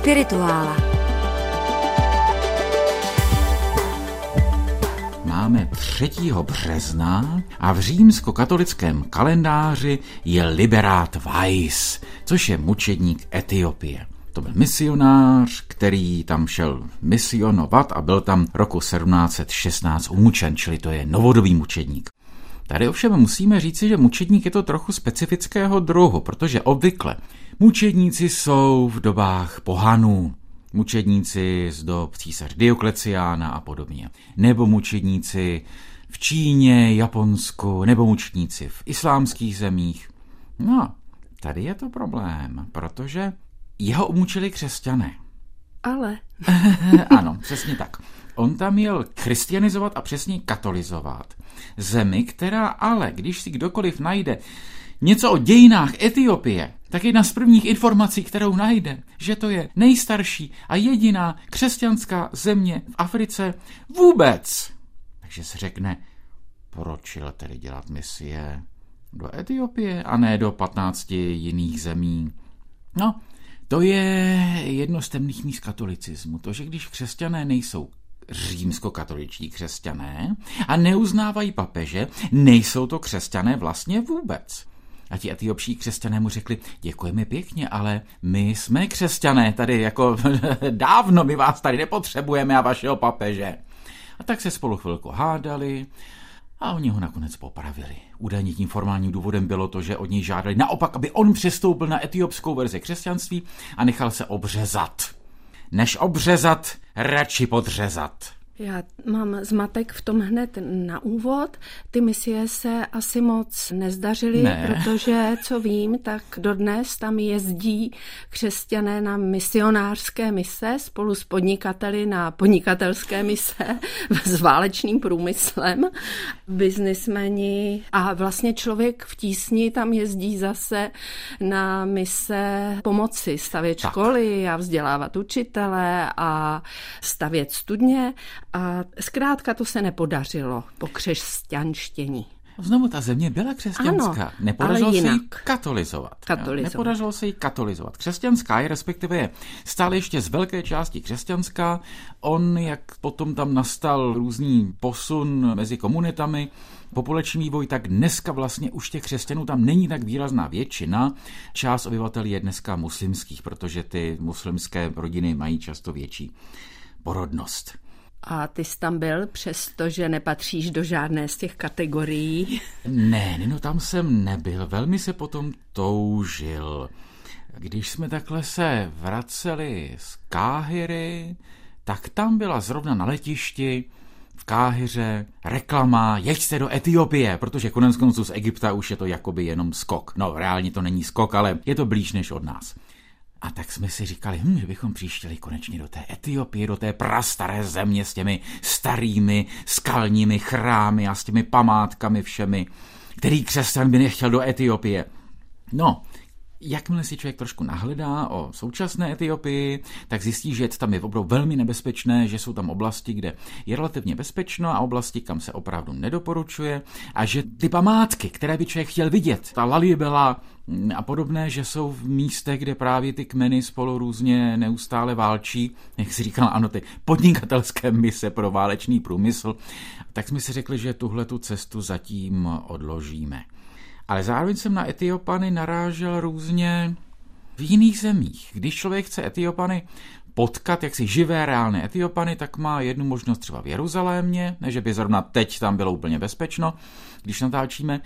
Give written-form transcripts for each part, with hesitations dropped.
Spirituála. Máme 3. března a v římskokatolickém kalendáři je Liberát Weiss, což je mučedník Etiopie. To byl misionář, který tam šel misionovat a byl tam roku 1716 umučen, čili to je novodobý mučedník. Tady ovšem musíme říci, že mučedník je to trochu specifického druhu, protože obvykle mučedníci jsou v dobách pohanů, mučedníci z dob císaře Diokleciána a podobně, nebo mučedníci v Číně, Japonsku, nebo mučedníci v islámských zemích. No, tady je to problém, protože jeho umučili křesťané. Ale. Ano, přesně tak. On tam jel křesťanizovat a přesně katolizovat zemi, která ale, když si kdokoliv najde něco o dějinách Etiopie, tak jedna z prvních informací, kterou najde, že to je nejstarší a jediná křesťanská země v Africe vůbec. Takže se řekne, proč jel tedy dělat misie do Etiopie a ne do 15 jiných zemí. No, to je jedno z temných míst katolicismu. To, že když křesťané nejsou římskokatoličtí křesťané a neuznávají papeže, nejsou to křesťané vlastně vůbec. A ti etiopští křesťané mu řekli, děkujeme pěkně, ale my jsme křesťané tady jako dávno, my vás tady nepotřebujeme a vašeho papeže. A tak se spolu chvilku hádali a oni ho nakonec popravili. Údajně tím formálním důvodem bylo to, že od něj žádali naopak, aby on přestoupil na etiopskou verzi křesťanství a nechal se obřezat. Než obřezat, radši podřezat. Já mám zmatek v tom hned na úvod. Ty misie se asi moc nezdařily, protože, co vím, tak dodnes tam jezdí křesťané na misionářské mise spolu s podnikateli na podnikatelské mise s válečným průmyslem, biznismeni a vlastně člověk v tísni tam jezdí zase na mise pomoci stavět školy a vzdělávat učitele a stavět studně. A zkrátka to se nepodařilo po křesťanštění. Znovu ta země byla křesťanská. Ano, nepodařilo ale se ji jinak. katolizovat. Nepodařilo se ji katolizovat. Křesťanská je, respektive je stále ještě z velké části křesťanská. On, jak potom tam nastal různý posun mezi komunitami, populační vývoj, tak dneska vlastně už těch křesťanů tam není tak výrazná většina. Část obyvatel je dneska muslimských, protože ty muslimské rodiny mají často větší porodnost. A ty jsi tam byl, přestože nepatříš do žádné z těch kategorií? Ne, no tam jsem nebyl. Velmi se potom toužil. Když jsme takhle se vraceli z Káhiry, tak tam byla zrovna na letišti v Káhiře reklama, jeďte do Etiopie, protože koneckonců z Egypta už je to jakoby jenom skok. No, reálně to není skok, ale je to blíž než od nás. A tak jsme si říkali, že bychom přištěli konečně do té Etiopie, do té prastaré země s těmi starými skalními chrámy a s těmi památkami všemi, který křesťan by nechtěl do Etiopie. No, jakmile si člověk trošku nahledá o současné Etiopii, tak zjistí, že tam je opravdu velmi nebezpečné, že jsou tam oblasti, kde je relativně bezpečno a oblasti, kam se opravdu nedoporučuje a že ty památky, které by člověk chtěl vidět, ta Lalibela a podobné, že jsou v místech, kde právě ty kmeny spolu různě neustále válčí, jak si říkal, ano, ty podnikatelské mise pro válečný průmysl, tak jsme si řekli, že tuhletu cestu zatím odložíme. Ale zároveň jsem na Etiopany narážel různě v jiných zemích. Když člověk chce Etiopany potkat, jaksi živé, reálné Etiopany, tak má jednu možnost třeba v Jeruzalémě, ne, že by zrovna teď tam bylo úplně bezpečno, když natáčíme,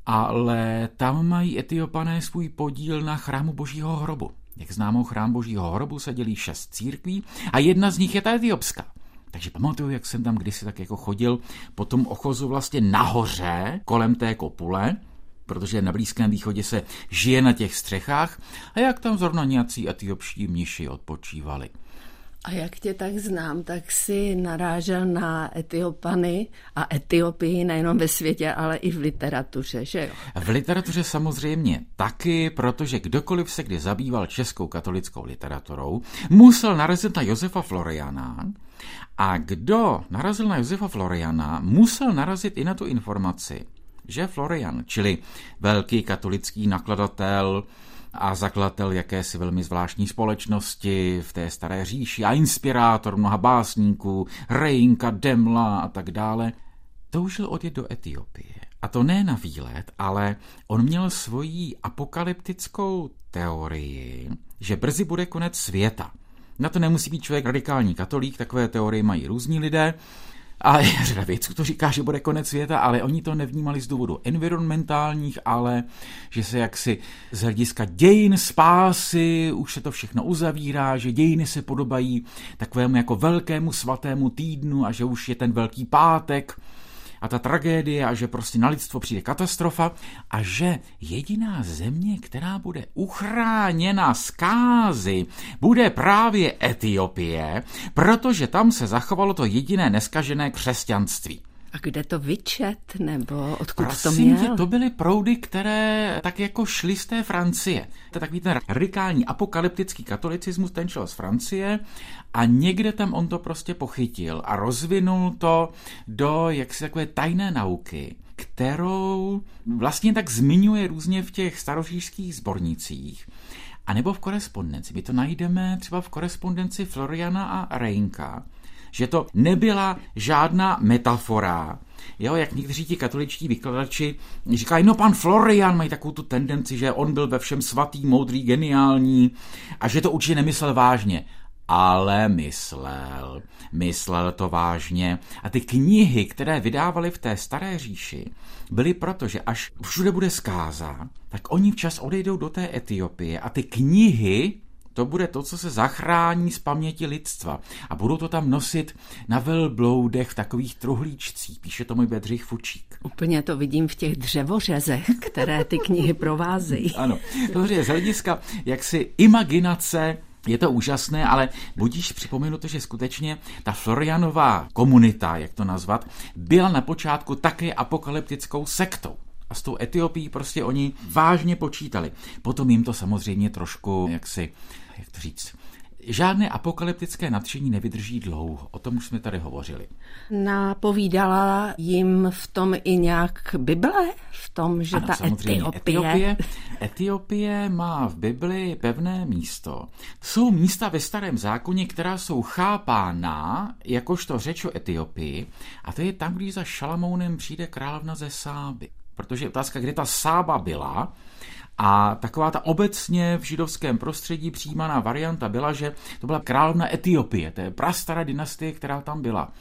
ale tam mají Etiopané svůj podíl na chrámu Božího hrobu. Jak známo, chrám Božího hrobu se dělí 6 církví a jedna z nich je ta etiopská. Takže pamatuju, jak jsem tam kdysi tak jako chodil po tom ochozu vlastně nahoře kolem té kopule, protože na Blízkém východě se žije na těch střechách a jak tam zrovna nějací etiopští mniši odpočívali. A jak tě tak znám, tak si narážel na Etiopany a Etiopii nejenom ve světě, ale i v literatuře, že jo? V literatuře samozřejmě taky, protože kdokoliv se kdy zabýval českou katolickou literaturou, musel narazit na Josefa Floriana a kdo narazil na Josefa Floriana, musel narazit i na tu informaci, že Florian, čili velký katolický nakladatel, a zakladatel jakési velmi zvláštní společnosti v té staré říši a inspirátor mnoha básníků, Reinka, Demla a tak dále, toužil odjet do Etiopie. A to ne na výlet, ale on měl svoji apokalyptickou teorii, že brzy bude konec světa. Na to nemusí být člověk radikální katolík, takové teorie mají různí lidé. A je řada věců, to říká, že bude konec světa, ale oni to nevnímali z důvodu environmentálních, ale že se jaksi z hlediska dějin spásy už se to všechno uzavírá, že dějiny se podobají takovému jako velkému svatému týdnu a že už je ten velký pátek a ta tragédie a že prostě na lidstvo přijde katastrofa a že jediná země, která bude uchráněna zkázy, bude právě Etiopie, protože tam se zachovalo to jediné neskažené křesťanství. A kde to vyčet, nebo odkud to měl? měl? To byly proudy, které tak jako šly z té Francie. To je takový ten radikální apokalyptický katolicismus, ten šel z Francie a někde tam on to prostě pochytil a rozvinul to do jaksi takové tajné nauky, kterou vlastně tak zmiňuje různě v těch staroříšských sbornicích. A nebo v korespondenci. My to najdeme třeba v korespondenci Floriana a Reinka, že to nebyla žádná metafora. Jo, jak někteří ti katoličtí vykladači říkají, no pan Florian, mají takovou tu tendenci, že on byl ve všem svatý, moudrý, geniální a že to určitě nemyslel vážně. Ale myslel to vážně. A ty knihy, které vydávali v té staré říši, byly proto, že až všude bude zkáza, tak oni včas odejdou do té Etiopie a ty knihy, to bude to, co se zachrání z paměti lidstva. A budou to tam nosit na velbloudech v takových truhlíčcích. Píše to můj Bedřich Fučík. Úplně to vidím v těch dřevořezech, které ty knihy provázejí. Ano, dobře, z hlediska jaksi imaginace je to úžasné, ale budíš připomenu to, že skutečně ta Florianová komunita, jak to nazvat, byla na počátku také apokalyptickou sektou. A s tou Etiopií prostě oni vážně počítali. Potom jim to samozřejmě trošku, jak to říct, žádné apokalyptické nadšení nevydrží dlouho. O tom už jsme tady hovořili. Napovídala jim v tom i nějak Bible? V tom, že ano, ta Etiopie má v Bibli pevné místo. Jsou místa ve Starém zákoně, která jsou chápána jakožto řeč o Etiopii, a to je tam, když za Šalamounem přijde královna ze Sáby. Protože je otázka, kde ta Sába byla, a taková ta obecně v židovském prostředí přijímaná varianta byla, že to byla královna Etiopie, to je prastará dynastie, která tam byla.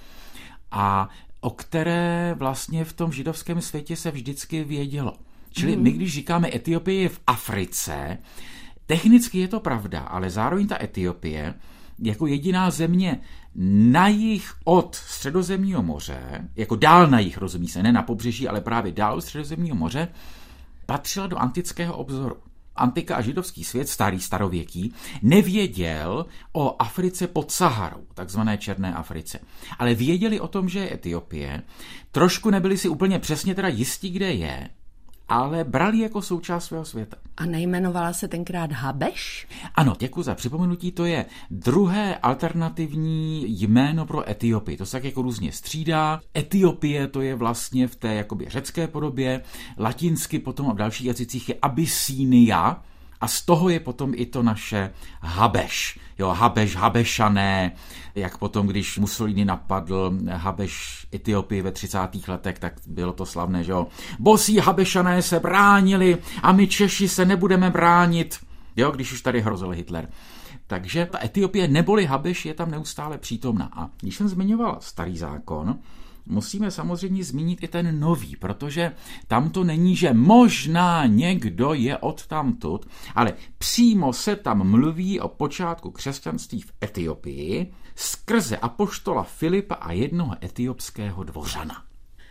A o které vlastně v tom židovském světě se vždycky vědělo. Čili my, když říkáme Etiopie je v Africe, technicky je to pravda, ale zároveň ta Etiopie jako jediná země na jih od Středozemního moře, jako dál na jih, rozumí se, ne na pobřeží, ale právě dál od Středozemního moře, patřila do antického obzoru. Antika a židovský svět, starověký, nevěděl o Africe pod Saharou, takzvané Černé Africe. Ale věděli o tom, že je Etiopie, trošku nebyli si úplně přesně teda jistí, kde je, ale brali jako součást svého světa. A nejmenovala se tenkrát Habeš? Ano, děkuji za připomenutí, to je druhé alternativní jméno pro Etiopii. To se tak jako různě střídá. Etiopie to je vlastně v té jakoby řecké podobě, latinsky potom a v dalších jazycích je Abyssínia, a z toho je potom i to naše Habeš. Jo, Habeš, Habešané, jak potom, když Mussolini napadl Habeš Etiopii ve 30. letech, tak bylo to slavné, že jo. Bosí Habešané se bránili a my Češi se nebudeme bránit, jo, když už tady hrozil Hitler. Takže ta Etiopie neboli Habeš je tam neustále přítomná. A když jsem zmiňoval Starý zákon, musíme samozřejmě zmínit i ten nový, protože tam to není, že možná někdo je odtamtud, ale přímo se tam mluví o počátku křesťanství v Etiopii skrze apoštola Filipa a jednoho etiopského dvořana.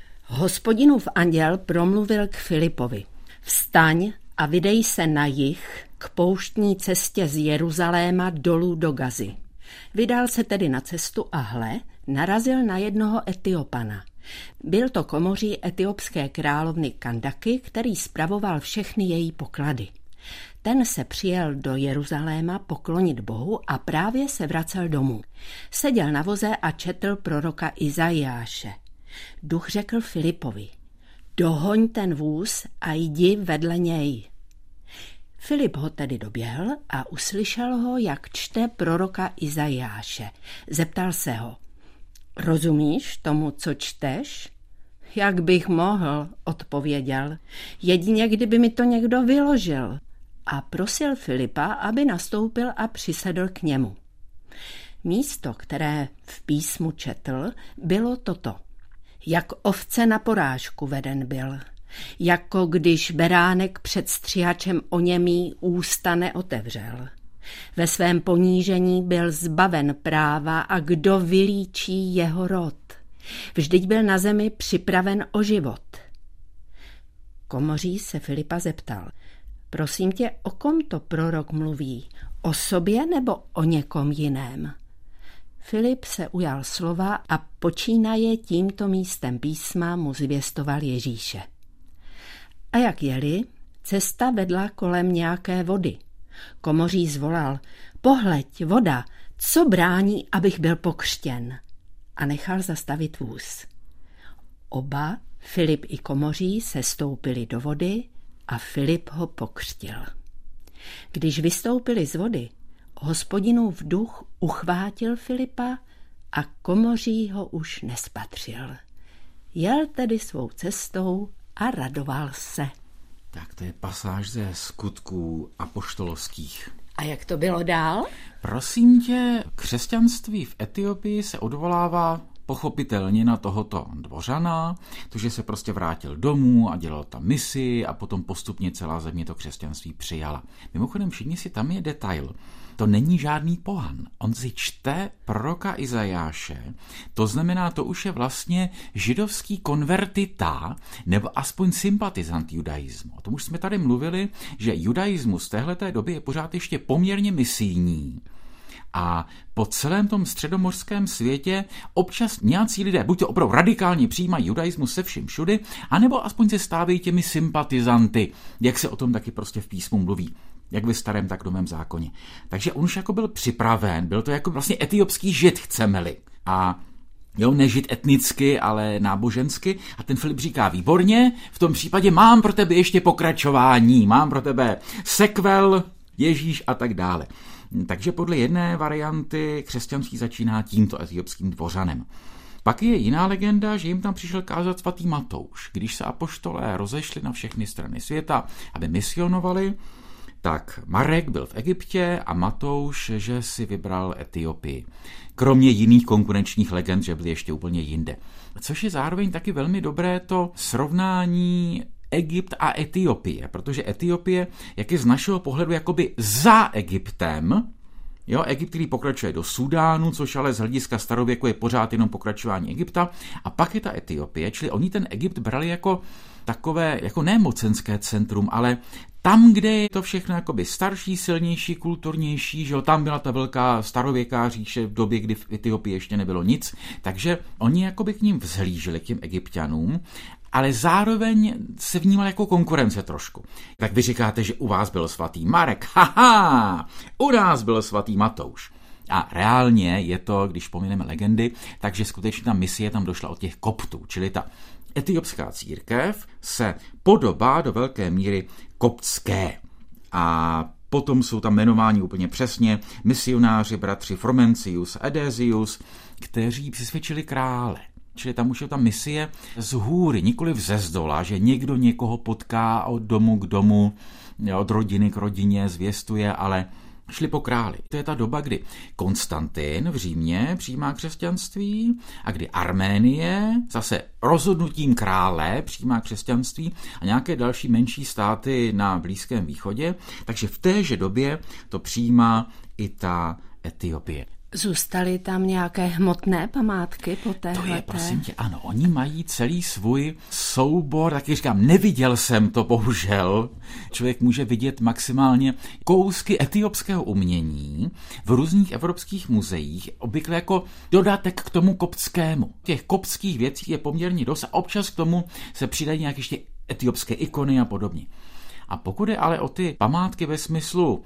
Hospodinův anděl promluvil k Filipovi. Vstaň a vydej se na jih k pouštní cestě z Jeruzaléma dolů do Gazy. Vydal se tedy na cestu a hle, narazil na jednoho Etiopana. Byl to komoří etiopské královny Kandaky, který spravoval všechny její poklady. Ten se přijel do Jeruzaléma poklonit Bohu a právě se vracel domů. Seděl na voze a četl proroka Izajáše. Duch řekl Filipovi, dohoň ten vůz a jdi vedle něj. Filip ho tedy doběhl a uslyšel ho, jak čte proroka Izajáše. Zeptal se ho: rozumíš tomu, co čteš? Jak bych mohl, odpověděl, jedině kdyby mi to někdo vyložil. A prosil Filipa, aby nastoupil a přisedl k němu. Místo, které v písmu četl, bylo toto. Jak ovce na porážku veden byl, jako když beránek před střihačem oněmý ústa neotevřel. Ve svém ponížení byl zbaven práva a kdo vylíčí jeho rod. Vždyť byl na zemi připraven o život. Komoří se Filipa zeptal: prosím tě, o kom to prorok mluví? O sobě nebo o někom jiném? Filip se ujal slova a počínaje tímto místem písma mu zvěstoval Ježíše. A jak jeli, cesta vedla kolem nějaké vody. Komoří zvolal: pohleď, voda, co brání, abych byl pokřtěn? A nechal zastavit vůz. Oba, Filip i Komoří, se stoupili do vody a Filip ho pokřtil. Když vystoupili z vody, Hospodinův duch uchvátil Filipa a Komoří ho už nespatřil. Jel tedy svou cestou a radoval se. Tak to je pasáž ze Skutků apoštolovských. A jak to bylo dál? Prosím tě, křesťanství v Etiopii se odvolává pochopitelně na tohoto dvořana, to, že se prostě vrátil domů a dělal tam misi a potom postupně celá země to křesťanství přijala. Mimochodem, všimni si, tam je detail. To není žádný pohan. On si čte proroka Izajáše, to znamená, to už je vlastně židovský konvertita, nebo aspoň sympatizant judaismu. O tom už jsme tady mluvili, že judaismus v téhleté době je pořád ještě poměrně misijní. A po celém tom středomořském světě občas nějací lidé buď to opravdu radikálně přijímají judaismus se vším všudy, anebo aspoň se stávají těmi sympatizanty, jak se o tom taky prostě v písmu mluví, jak ve starém, tak v Novém zákoně. Takže on už jako byl připraven, byl to jako vlastně etiopský žid, chceme-li. A jo, ne žid etnicky, ale nábožensky. A ten Filip říká: výborně, v tom případě mám pro tebe ještě pokračování, mám pro tebe sequel, Ježíš a tak dále. Takže podle jedné varianty křesťanství začíná tímto etiopským dvořanem. Pak je jiná legenda, že jim tam přišel kázat svatý Matouš. Když se apoštolé rozešli na všechny strany světa, aby misionovali, tak Marek byl v Egyptě a Matouš, že si vybral Etiopii. Kromě jiných konkurenčních legend, že byl ještě úplně jinde. Což je zároveň taky velmi dobré to srovnání Egypt a Etiopie, protože Etiopie, jak je z našeho pohledu jakoby za Egyptem, jo, Egypt, který pokračuje do Súdánu, což ale z hlediska starověku je pořád jenom pokračování Egypta, a pak je ta Etiopie, čili oni ten Egypt brali jako takové, jako ne mocenské centrum, ale tam, kde je to všechno jakoby starší, silnější, kulturnější, že jo, tam byla ta velká starověká říše v době, kdy v Etiopii ještě nebylo nic, takže oni jakoby k ním vzhlíželi, k těm Egypťanům, ale zároveň se vnímal jako konkurence trošku. Tak vy říkáte, že u vás byl svatý Marek, haha, u nás byl svatý Matouš. A reálně je to, když pomineme legendy, takže skutečně ta misie tam došla od těch koptů, čili ta etiopská církev se podobá do velké míry koptské. A potom jsou tam jmenováni úplně přesně misionáři bratři Frumencius a Edesius, kteří přesvědčili krále. Čili tam už je ta misie z hůry, nikoliv ze zdola, že někdo někoho potká od domu k domu, od rodiny k rodině, zvěstuje, ale šli po králi. To je ta doba, kdy Konstantin v Římě přijímá křesťanství a kdy Arménie zase rozhodnutím krále přijímá křesťanství a nějaké další menší státy na Blízkém východě. Takže v téže době to přijímá i ta Etiopie. Zůstaly tam nějaké hmotné památky po téhleté? To je, prosím tě, ano, oni mají celý svůj soubor, taky říkám, neviděl jsem to, bohužel. Člověk může vidět maximálně kousky etiopského umění v různých evropských muzeích, obvykle jako dodatek k tomu koptskému. Těch koptských věcí je poměrně dost a občas k tomu se přidají nějaké ještě etiopské ikony a podobně. A pokud je ale o ty památky ve smyslu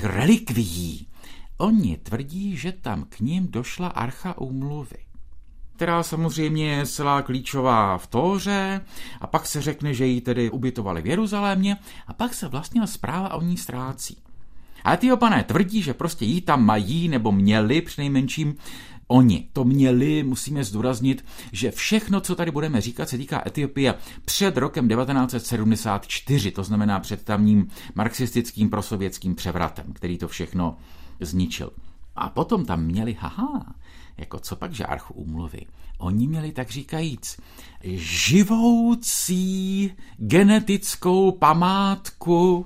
relikvií, oni tvrdí, že tam k ním došla archa úmluvy. která samozřejmě je celá klíčová v Tóře, a pak se řekne, že ji tedy ubytovali v Jeruzalémě, a pak se vlastně zpráva o ní ztrácí. A Etiopané tvrdí, že prostě jí tam mají, nebo měli přinejmenším oni. To měli, musíme zdůraznit, že všechno, co tady budeme říkat, se týká Etiopie před rokem 1974, to znamená před tamním marxistickým prosovětským převratem, který to všechno zničil. A potom tam měli, jako co pak, že Archu úmluvy. Oni měli, tak říkajíc, živoucí genetickou památku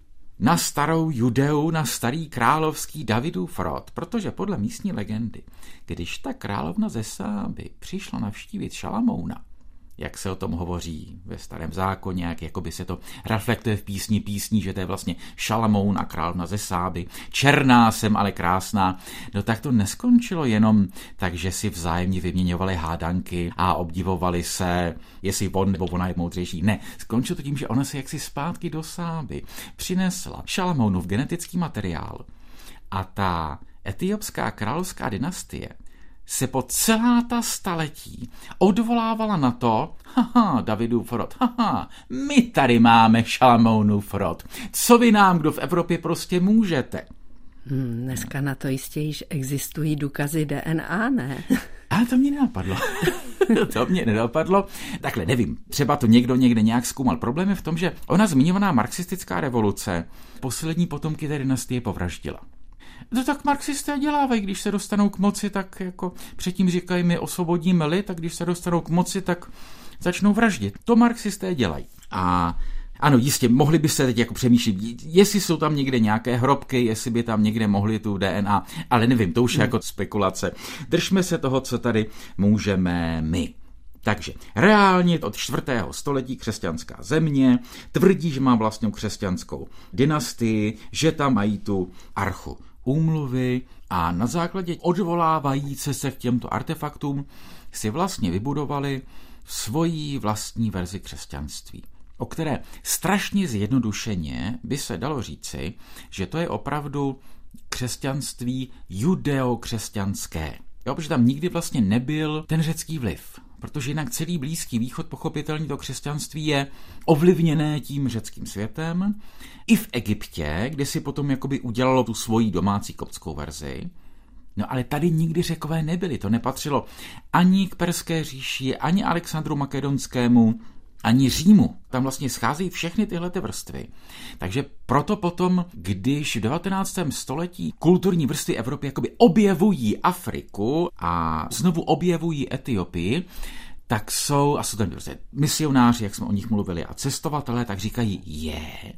na starou Judeu, na starý královský Davidův rod, protože podle místní legendy, když ta královna ze Sáby přišla navštívit Šalamouna, jak se o tom hovoří ve Starém zákoně, jak jakoby se to reflektuje v písni, že to je vlastně Šalamoun a královna ze Sáby, černá jsem, ale krásná, no tak to neskončilo jenom tak, že si vzájemně vyměňovali hádanky a obdivovali se, jestli on nebo ona je moudřejší. Ne, skončilo to tím, že ona se jaksi zpátky do Sáby přinesla Šalamounův genetický materiál a ta etiopská královská dynastie se po celá ta staletí odvolávala na to, Davidův rod, my tady máme Šalamounův rod. Co vy nám, kdo v Evropě prostě můžete? Dneska na to jistě již existují důkazy DNA, ne? Ale to mě nenapadlo. To mě nenapadlo. Takhle, nevím, třeba to někdo někde nějak zkoumal. Problém je v tom, že ona zmiňovaná marxistická revoluce poslední potomky té dynastie povraždila. To tak marxisté dělávají, když se dostanou k moci, tak jako předtím říkají, my osvobodíme lid, a když se dostanou k moci, tak začnou vraždit. To marxisté dělají. A ano, jistě, mohli by se teď jako přemýšlet, jestli jsou tam někde nějaké hrobky, jestli by tam někde mohli tu DNA, ale nevím, to už je jako spekulace. Držme se toho, co tady můžeme my. Takže reálně od 4. století křesťanská země tvrdí, že má vlastní křesťanskou dynastii, že tam mají tu archu úmluvy a na základě odvolávající se k těmto artefaktům si vlastně vybudovali svoji vlastní verzi křesťanství, o které strašně zjednodušeně by se dalo říci, že to je opravdu křesťanství judeokřesťanské. Jo, protože tam nikdy vlastně nebyl ten řecký vliv, protože jinak celý Blízký východ, pochopitelně to křesťanství je ovlivněné tím řeckým světem. I v Egyptě, kde si potom jakoby udělalo tu svoji domácí koptskou verzi. No ale tady nikdy Řekové nebyli, to nepatřilo ani k Perské říši, ani Alexandru Makedonskému, ani Římu. Tam vlastně scházejí všechny tyhle vrstvy. Takže proto potom, když v 19. století kulturní vrstvy Evropy jakoby objevují Afriku a znovu objevují Etiopii, tak jsou tam misionáři, jak jsme o nich mluvili, a cestovatelé, tak říkají,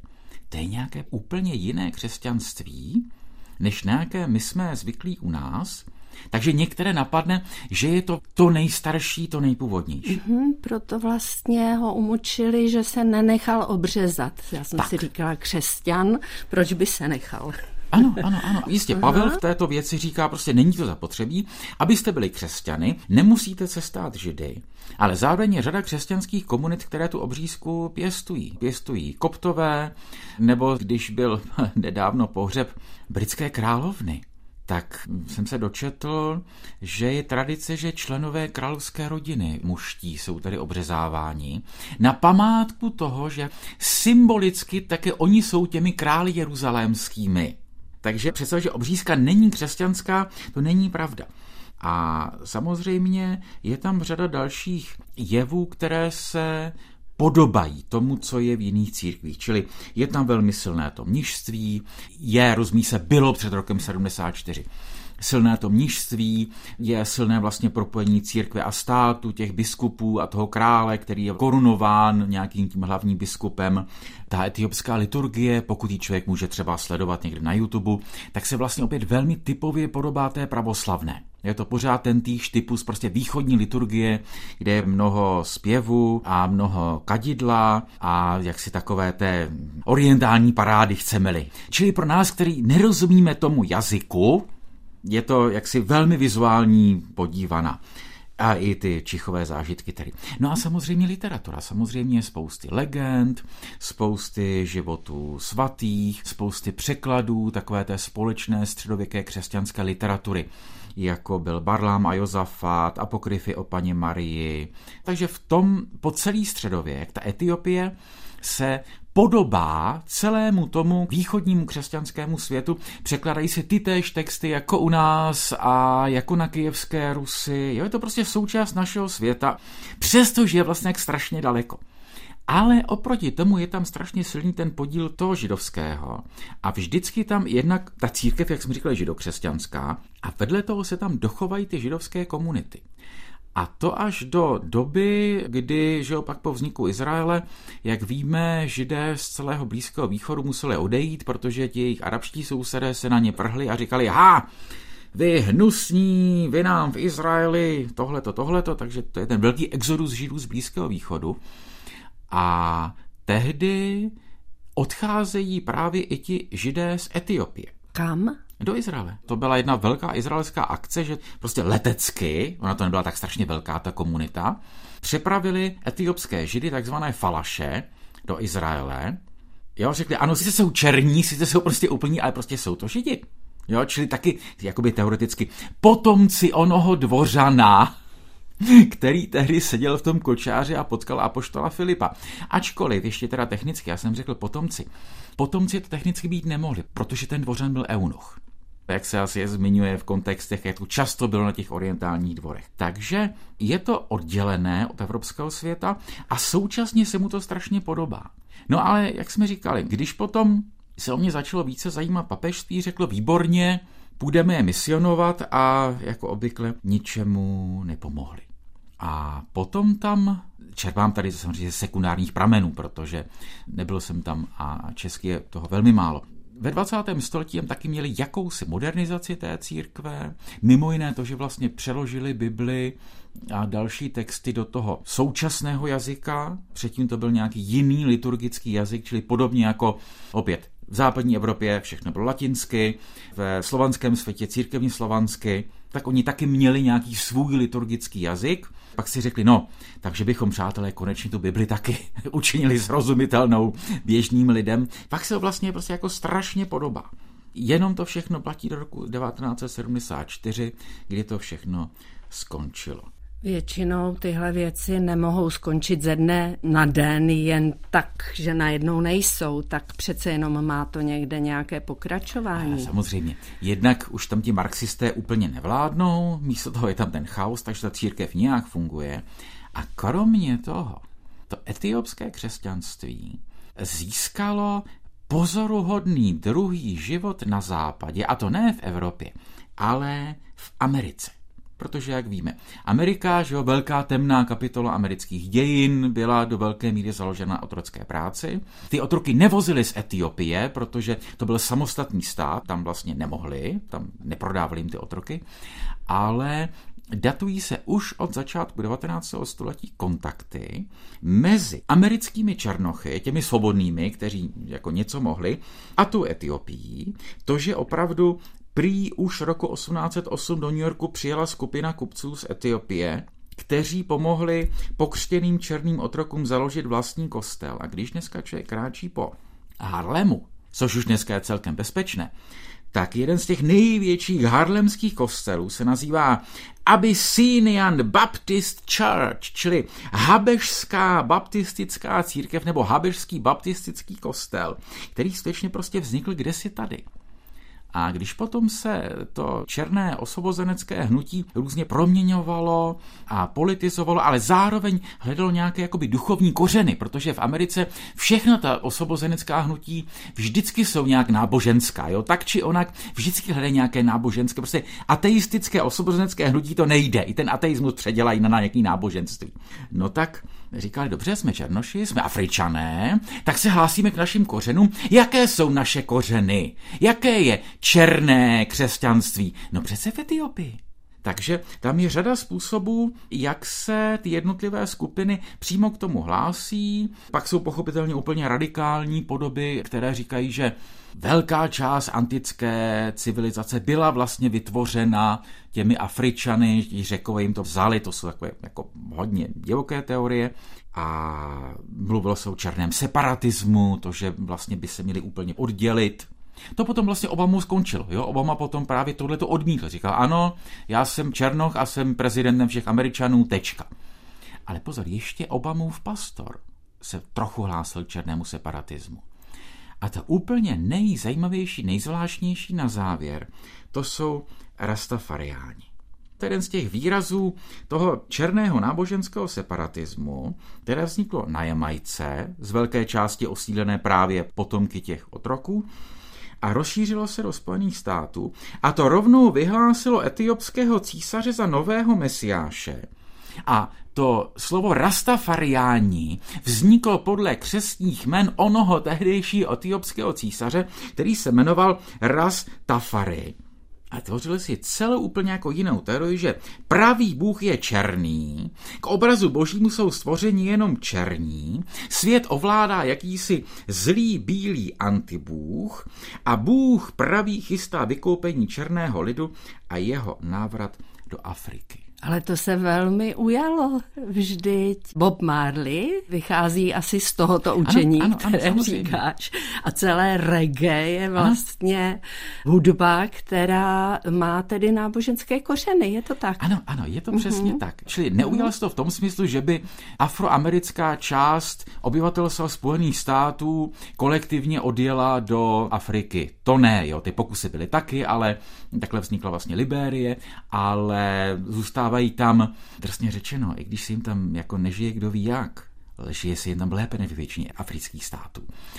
to je nějaké úplně jiné křesťanství, než nějaké my jsme zvyklí u nás. Takže některé napadne, že je to nejstarší, to nejpůvodnější. Proto vlastně ho umučili, že se nenechal obřezat. Já jsem si říkala, křesťan, proč by se nechal? Ano. Jistě, Pavel v této věci říká, prostě není to zapotřebí. Abyste byli křesťany, nemusíte se stát Židy. Ale zároveň je řada křesťanských komunit, které tu obřízku pěstují. Pěstují koptové, nebo když byl nedávno pohřeb britské královny, tak jsem se dočetl, že je tradice, že členové královské rodiny mužští jsou tady obřezáváni na památku toho, že symbolicky také oni jsou těmi králi jeruzalémskými. Takže představ, že obřízka není křesťanská, to není pravda. A samozřejmě je tam řada dalších jevů, které se podobají tomu, co je v jiných církvích. Čili je tam velmi silné to mnišství, bylo před rokem 74. Silné to mnišství, je silné vlastně propojení církve a státu, těch biskupů a toho krále, který je korunován nějakým tím hlavním biskupem. Ta etiopská liturgie, pokud ji člověk může třeba sledovat někde na YouTube, tak se vlastně opět velmi typově podobá té pravoslavné. Je to pořád ten týž typus prostě východní liturgie, kde je mnoho zpěvu a mnoho kadidla a jaksi takové té orientální parády, chceme-li. Čili pro nás, který nerozumíme tomu jazyku, je to jaksi velmi vizuální podívaná. A i ty čichové zážitky tady. No a samozřejmě literatura, samozřejmě spousty legend, spousty životů svatých, spousty překladů, takové té společné středověké křesťanské literatury. jako byl Barlám a Jozafat, apokryfy o Panně Marii. Takže v tom po celý středověk ta Etiopie se podobá celému tomu východnímu křesťanskému světu. Překladají se ty též texty jako u nás a jako na Kyjevské Rusi. Jo, je to prostě součást našeho světa, přestože je vlastně jak strašně daleko. Ale oproti tomu je tam strašně silný ten podíl toho židovského. A vždycky tam jednak ta církev, jak jsme říkali, židokřesťanská, a vedle toho se tam dochovají ty židovské komunity. A to až do doby, kdy, že pak po vzniku Izraele, jak víme, Židé z celého Blízkého východu museli odejít, protože ti jejich arabští sousedé se na ně vrhli a říkali, vy hnusní, vy nám v Izraeli, tohleto, takže to je ten velký exodus Židů z Blízkého východu. A tehdy odcházejí právě i ti Židé z Etiopie. Kam? Do Izraele. To byla jedna velká izraelská akce, že prostě letecky, ona to nebyla tak strašně velká ta komunita, přepravili etiopské Židy, takzvané falaše, do Izraele. Jo, řekli, ano, sice jsou černí, sice jsou prostě úplní, ale prostě jsou to Židi. Jo, čili taky, jakoby teoreticky, potomci onoho dvořana, který tehdy seděl v tom kočáři a potkal apoštola Filipa. Ačkoliv, ještě teda technicky, já jsem řekl potomci. Potomci to technicky být nemohli, protože ten dvořan byl eunuch. Jak se asi zmiňuje v kontextech, jak to často bylo na těch orientálních dvorech. Takže je to oddělené od evropského světa a současně se mu to strašně podobá. No ale, jak jsme říkali, když potom se o mě začalo více zajímat papežství, řeklo výborně, půjdeme je misionovat a jako obvykle ničemu nepomohli. A potom tam, čerpám tady samozřejmě sekundárních pramenů, protože nebyl jsem tam a česky je toho velmi málo. Ve 20. století taky měli jakousi modernizaci té církve, mimo jiné to, že vlastně přeložili Bibli a další texty do toho současného jazyka, předtím to byl nějaký jiný liturgický jazyk, čili podobně jako opět v západní Evropě všechno bylo latinsky, v slovanském světě církevní slovansky, tak oni taky měli nějaký svůj liturgický jazyk. Pak si řekli, takže bychom, přátelé, konečně tu Bibli taky učinili srozumitelnou běžným lidem. Pak se to vlastně prostě jako strašně podobá. Jenom to všechno platí do roku 1974, kdy to všechno skončilo. Většinou tyhle věci nemohou skončit ze dne na den jen tak, že najednou nejsou, tak přece jenom má to někde nějaké pokračování. Samozřejmě. Jednak už tam ti marxisté úplně nevládnou, místo toho je tam ten chaos, takže ta církev nějak funguje. A kromě toho, to etiopské křesťanství získalo pozoruhodný druhý život na západě, a to ne v Evropě, ale v Americe. Protože, jak víme, Amerika, že jo, velká temná kapitola amerických dějin, byla do velké míry založena na otrocké práci. Ty otroky nevozili z Etiopie, protože to byl samostatný stát, tam vlastně nemohli, tam neprodávali jim ty otroky, ale datují se už od začátku 19. století kontakty mezi americkými černochy, těmi svobodnými, kteří jako něco mohli, a tu Etiopií, to, že opravdu prý už roku 1808 do New Yorku přijela skupina kupců z Etiopie, kteří pomohli pokřtěným černým otrokům založit vlastní kostel. A když dneska člověk kráčí po Harlemu, což už dneska je celkem bezpečné, tak jeden z těch největších harlemských kostelů se nazývá Abyssinian Baptist Church, čili habežská baptistická církev nebo habežský baptistický kostel, který skutečně prostě vznikl kdesi tady. A když potom se to černé osvobozenecké hnutí různě proměňovalo a politizovalo, ale zároveň hledalo nějaké jakoby duchovní kořeny, protože v Americe všechna ta osvobozenecká hnutí vždycky jsou nějak náboženská, jo? Tak či onak vždycky hledají nějaké náboženské, prostě ateistické osvobozenecké hnutí to nejde, i ten ateismus předělají na nějaké náboženství. No tak říkali, dobře, jsme černoši, jsme Afričané, tak se hlásíme k našim kořenům. Jaké jsou naše kořeny? Jaké je černé křesťanství? No přece v Etiopii. Takže tam je řada způsobů, jak se ty jednotlivé skupiny přímo k tomu hlásí. Pak jsou pochopitelně úplně radikální podoby, které říkají, že velká část antické civilizace byla vlastně vytvořena těmi Afričany, Řekové jim to vzali, to jsou takové jako hodně divoké teorie. A mluvilo se o černém separatismu, to, že vlastně by se měli úplně oddělit. To potom vlastně Obamou skončilo. Jo? Obama potom právě tohleto odmítl. Říkal, ano, já jsem černoch a jsem prezidentem všech Američanů, tečka. Ale pozor, ještě Obamův pastor se trochu hlásil černému separatismu. A to úplně nejzajímavější, nejzvláštnější na závěr, to jsou Rastafariáni. To je jeden z těch výrazů toho černého náboženského separatismu, které vzniklo na Jamajce, z velké části osídlené právě potomky těch otroků, a rozšířilo se do Spojených států a to rovnou vyhlásilo etiopského císaře za nového mesiáše. A to slovo Rastafariáni vzniklo podle křestních jmen onoho tehdejšího etiopského císaře, který se jmenoval Rastafari. A tvořili si celou úplně jako jinou teorii, že pravý Bůh je černý, k obrazu božímu jsou stvořeni jenom černí, svět ovládá jakýsi zlý bílý antibůh a Bůh pravý chystá vykoupení černého lidu a jeho návrat do Afriky. Ale to se velmi ujalo. Vždyť Bob Marley vychází asi z tohoto učení, které říkáš. A celé reggae je vlastně hudba, která má tedy náboženské kořeny. Je to tak? Ano, je to přesně tak. Čili neujalo se to v tom smyslu, že by afroamerická část obyvatelstva Spojených států kolektivně odjela do Afriky. To ne, jo, ty pokusy byly taky, ale takhle vznikla vlastně Libérie, ale zůstávají tam, drsně řečeno, i když si jim tam jako nežije kdo ví jak, ale žije si jim tam lépe než většině afrických států.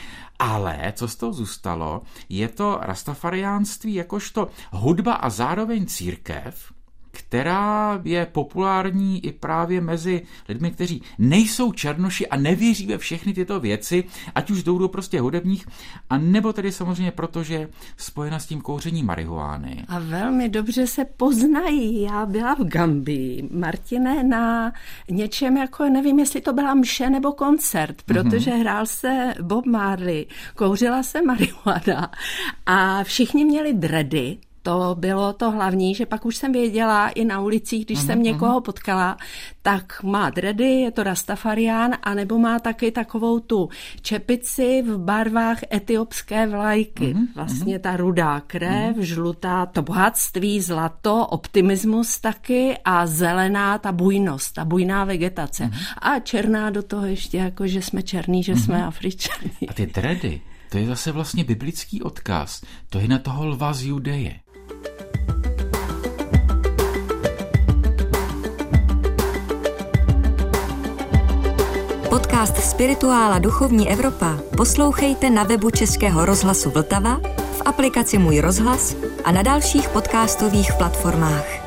Ale co z toho zůstalo, je to rastafariánství jakožto hudba a zároveň církev, která je populární i právě mezi lidmi, kteří nejsou černoši a nevěří ve všechny tyto věci, ať už jdou prostě hudebních, a nebo tedy samozřejmě protože je spojena s tím kouřením marihuány. A velmi dobře se poznají. Já byla v Gambii, Martine, na něčem jako, nevím, jestli to byla mše nebo koncert, protože hrál se Bob Marley, kouřila se marihuana a všichni měli dready. To bylo to hlavní, že pak už jsem věděla i na ulicích, když jsem někoho potkala, tak má dready, je to Rastafarián, anebo má taky takovou tu čepici v barvách etiopské vlajky. Vlastně ta rudá krev, žlutá, to bohatství, zlato, optimismus taky a zelená ta bujnost, ta bujná vegetace. A černá do toho ještě jako, že jsme černý, že jsme Afričani. A ty dready, to je zase vlastně biblický odkaz. To je na toho lva z Judeje. Podcast Spirituála Duchovní Evropa poslouchejte na webu Českého rozhlasu Vltava, v aplikaci Můj rozhlas a na dalších podcastových platformách.